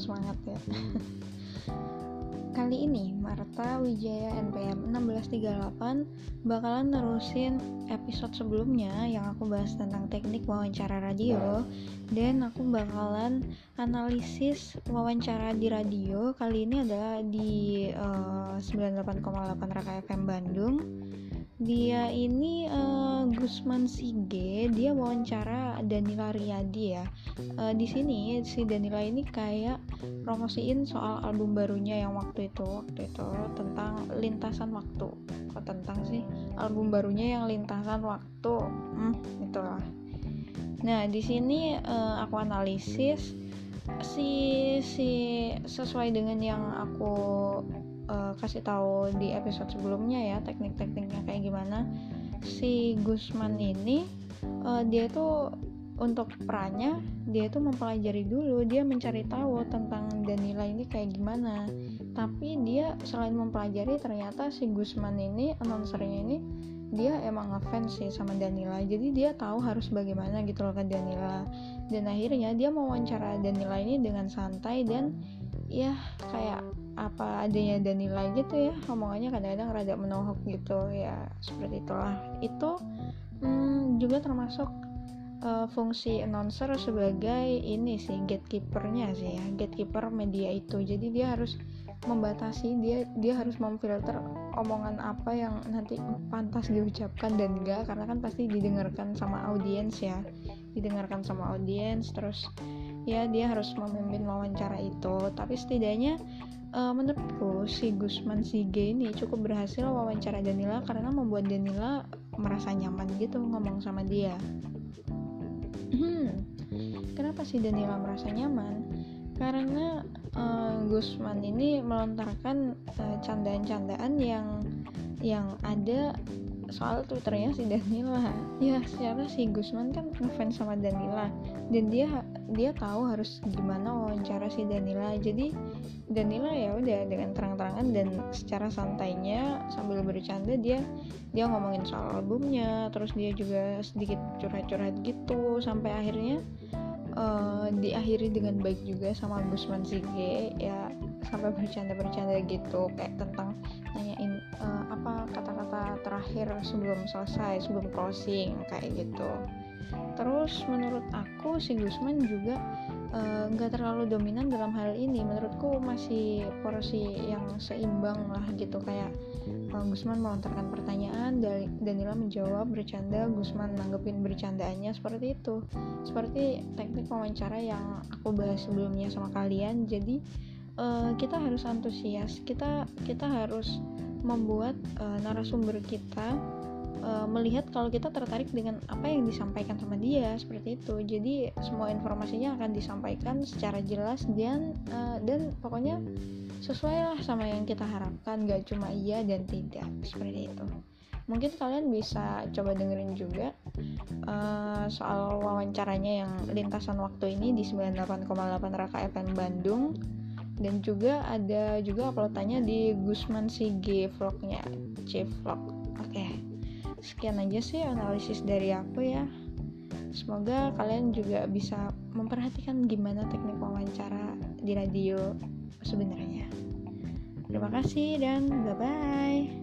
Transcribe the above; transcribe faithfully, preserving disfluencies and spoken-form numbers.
semangat ya. Kali ini Marta Wijaya N P M enam belas tiga delapan bakalan nerusin episode sebelumnya yang aku bahas tentang teknik wawancara radio, dan aku bakalan analisis wawancara di radio. Kali ini adalah di uh, sembilan puluh delapan koma delapan Raka F M Bandung. Dia ini uh, Gusman Sige, dia wawancara Danila Riyadi ya. Uh, di sini si Danila ini kayak promosiin soal album barunya yang waktu itu waktu itu tentang lintasan waktu. Kok tentang sih album barunya yang lintasan waktu? Hmm, itulah. Nah, di sini uh, aku analisis si si sesuai dengan yang aku Uh, kasih tahu di episode sebelumnya ya, teknik-tekniknya kayak gimana. Si Gusman ini uh, dia tuh untuk perannya dia tuh mempelajari dulu, dia mencari tahu tentang Danila ini kayak gimana. Tapi dia selain mempelajari, ternyata si Gusman ini, announcernya ini, dia emang ngefans sih sama Danila, jadi dia tahu harus bagaimana gitu loh ke Danila. Dan akhirnya dia mewawancara Danila ini dengan santai dan ya kayak apa adanya Danila gitu ya, omongannya kadang-kadang rada menohok gitu ya, seperti itulah. Itu hmm, juga termasuk uh, fungsi announcer sebagai ini sih, gatekeepernya sih ya, gatekeeper media itu. Jadi dia harus membatasi, dia dia harus memfilter omongan apa yang nanti pantas diucapkan dan enggak, karena kan pasti didengarkan sama audiens ya, didengarkan sama audiens. Terus ya dia harus memimpin wawancara itu. Tapi setidaknya Uh, menurutku si Gusman Sige ini cukup berhasil wawancara Danila karena membuat Danila merasa nyaman gitu ngomong sama dia. Hmm, kenapa sih Danila merasa nyaman? Karena uh, Gusman ini melontarkan uh, candaan-candaan yang yang ada soal Twitternya si Danila. Ya, secara si Gusman kan ngefans sama Danila dan dia dia tahu harus gimana wawancara si Danila. Jadi Danila ya udah dengan terang-terangan dan secara santainya sambil bercanda dia dia ngomongin soal albumnya, terus dia juga sedikit curhat-curhat gitu sampai akhirnya uh, diakhiri dengan baik juga sama Gusman Sige ya, sampai bercanda-bercanda gitu kayak tentang nanyain uh, apa kata-kata terakhir sebelum selesai, sebelum closing kayak gitu. Terus menurut aku si Gusman juga nggak uh, terlalu dominan dalam hal ini. Menurutku masih porsi yang seimbang lah gitu, kayak uh, Gusman melontarkan pertanyaan, Danila menjawab bercanda, Gusman nanggepin bercandaannya, seperti itu, seperti teknik wawancara yang aku bahas sebelumnya sama kalian. Jadi uh, kita harus antusias, kita kita harus membuat uh, narasumber kita Uh, melihat kalau kita tertarik dengan apa yang disampaikan sama dia, seperti itu. Jadi semua informasinya akan disampaikan secara jelas dan uh, dan pokoknya sesuai lah sama yang kita harapkan, gak cuma iya dan tidak, seperti itu. Mungkin kalian bisa coba dengerin juga uh, soal wawancaranya yang lintasan waktu ini di sembilan puluh delapan koma delapan Raka F M Bandung. Dan juga ada juga uploadannya di Gusman Sige vlognya, C Vlog. Oke, okay. Sekian aja sih analisis dari aku ya. Semoga kalian juga bisa memperhatikan gimana teknik wawancara di radio sebenarnya. Terima kasih dan bye-bye.